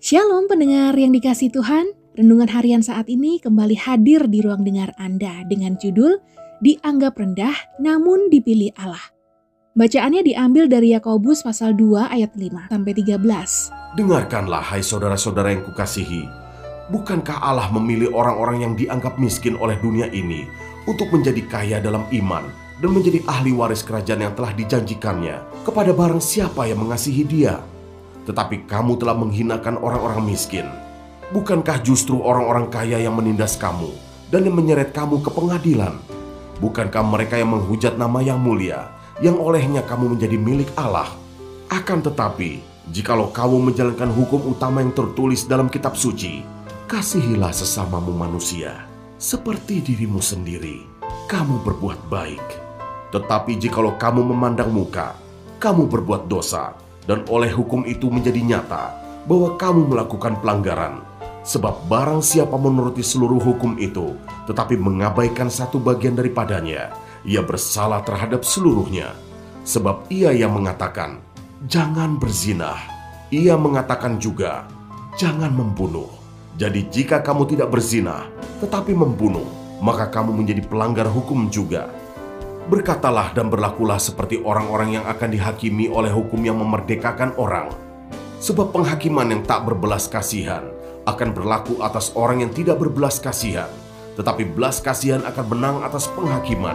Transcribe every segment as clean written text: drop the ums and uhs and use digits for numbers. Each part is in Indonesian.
Shalom pendengar yang dikasihi Tuhan, renungan harian saat ini kembali hadir di ruang dengar Anda dengan judul Dianggap Rendah Namun Dipilih Allah. Bacaannya diambil dari Yakobus pasal 2 ayat 5-13. Dengarkanlah hai saudara-saudara yang kukasihi, bukankah Allah memilih orang-orang yang dianggap miskin oleh dunia ini untuk menjadi kaya dalam iman dan menjadi ahli waris kerajaan yang telah dijanjikannya kepada barang siapa yang mengasihi Dia? Tetapi kamu telah menghinakan orang-orang miskin. Bukankah justru orang-orang kaya yang menindas kamu dan yang menyeret kamu ke pengadilan? Bukankah mereka yang menghujat nama yang mulia, yang olehnya kamu menjadi milik Allah? Akan tetapi, jikalau kamu menjalankan hukum utama yang tertulis dalam kitab suci, kasihilah sesamamu manusia, seperti dirimu sendiri, kamu berbuat baik. Tetapi jikalau kamu memandang muka, kamu berbuat dosa, dan oleh hukum itu menjadi nyata bahwa kamu melakukan pelanggaran. Sebab barang siapa menuruti seluruh hukum itu, tetapi mengabaikan satu bagian daripadanya, ia bersalah terhadap seluruhnya. Sebab ia yang mengatakan, jangan berzinah, ia mengatakan juga, jangan membunuh. Jadi jika kamu tidak berzinah, tetapi membunuh, maka kamu menjadi pelanggar hukum juga. Berkatalah dan berlakulah seperti orang-orang yang akan dihakimi oleh hukum yang memerdekakan orang. Sebab penghakiman yang tak berbelas kasihan akan berlaku atas orang yang tidak berbelas kasihan, tetapi belas kasihan akan menang atas penghakiman.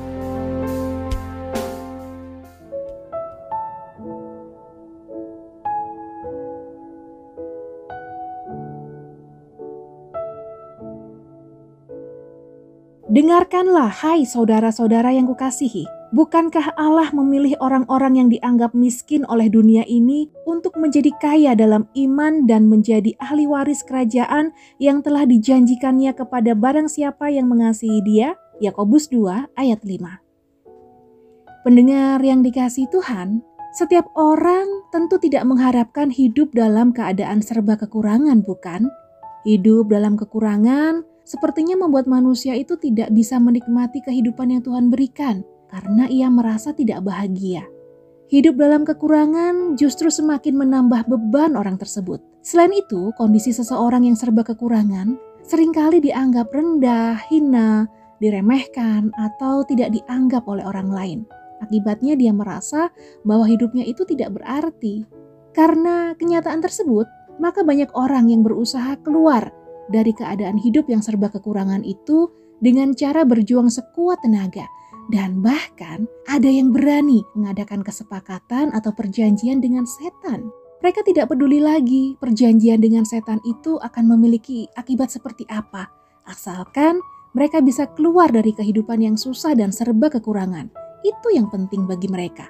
Dengarkanlah hai saudara-saudara yang kukasihi, bukankah Allah memilih orang-orang yang dianggap miskin oleh dunia ini untuk menjadi kaya dalam iman dan menjadi ahli waris kerajaan yang telah dijanjikannya kepada barang siapa yang mengasihi Dia? Yakobus 2 ayat 5. Pendengar yang dikasihi Tuhan, setiap orang tentu tidak mengharapkan hidup dalam keadaan serba kekurangan, bukan? Hidup dalam kekurangan sepertinya membuat manusia itu tidak bisa menikmati kehidupan yang Tuhan berikan karena ia merasa tidak bahagia. Hidup dalam kekurangan justru semakin menambah beban orang tersebut. Selain itu, kondisi seseorang yang serba kekurangan seringkali dianggap rendah, hina, diremehkan, atau tidak dianggap oleh orang lain. Akibatnya dia merasa bahwa hidupnya itu tidak berarti. Karena kenyataan tersebut, maka banyak orang yang berusaha keluar dari keadaan hidup yang serba kekurangan itu dengan cara berjuang sekuat tenaga. Dan bahkan ada yang berani mengadakan kesepakatan atau perjanjian dengan setan. Mereka tidak peduli lagi perjanjian dengan setan itu akan memiliki akibat seperti apa. Asalkan mereka bisa keluar dari kehidupan yang susah dan serba kekurangan. Itu yang penting bagi mereka.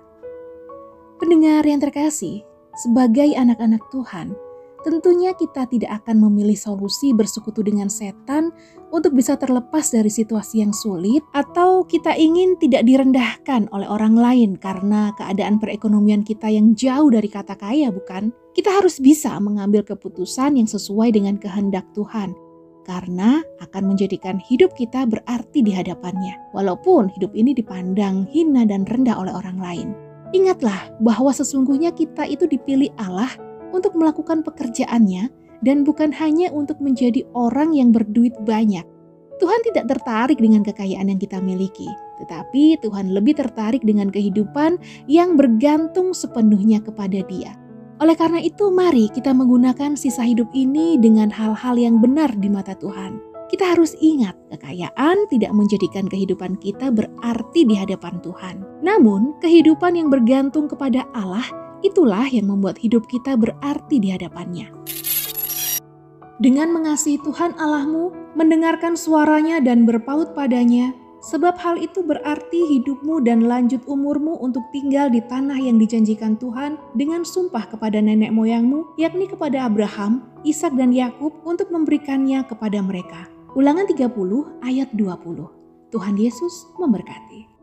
Pendengar yang terkasih, sebagai anak-anak Tuhan, tentunya kita tidak akan memilih solusi bersekutu dengan setan untuk bisa terlepas dari situasi yang sulit, atau kita ingin tidak direndahkan oleh orang lain karena keadaan perekonomian kita yang jauh dari kata kaya, bukan? Kita harus bisa mengambil keputusan yang sesuai dengan kehendak Tuhan, karena akan menjadikan hidup kita berarti di hadapannya, walaupun hidup ini dipandang hina dan rendah oleh orang lain. Ingatlah bahwa sesungguhnya kita itu dipilih Allah untuk melakukan pekerjaannya dan bukan hanya untuk menjadi orang yang berduit banyak. Tuhan tidak tertarik dengan kekayaan yang kita miliki, tetapi Tuhan lebih tertarik dengan kehidupan yang bergantung sepenuhnya kepada Dia. Oleh karena itu, mari kita menggunakan sisa hidup ini dengan hal-hal yang benar di mata Tuhan. Kita harus ingat, kekayaan tidak menjadikan kehidupan kita berarti di hadapan Tuhan. Namun, kehidupan yang bergantung kepada Allah itulah yang membuat hidup kita berarti di hadapannya. Dengan mengasihi Tuhan Allahmu, mendengarkan suaranya dan berpaut padanya, sebab hal itu berarti hidupmu dan lanjut umurmu untuk tinggal di tanah yang dijanjikan Tuhan dengan sumpah kepada nenek moyangmu, yakni kepada Abraham, Ishak dan Yakub untuk memberikannya kepada mereka. Ulangan 30 ayat 20. Tuhan Yesus memberkati.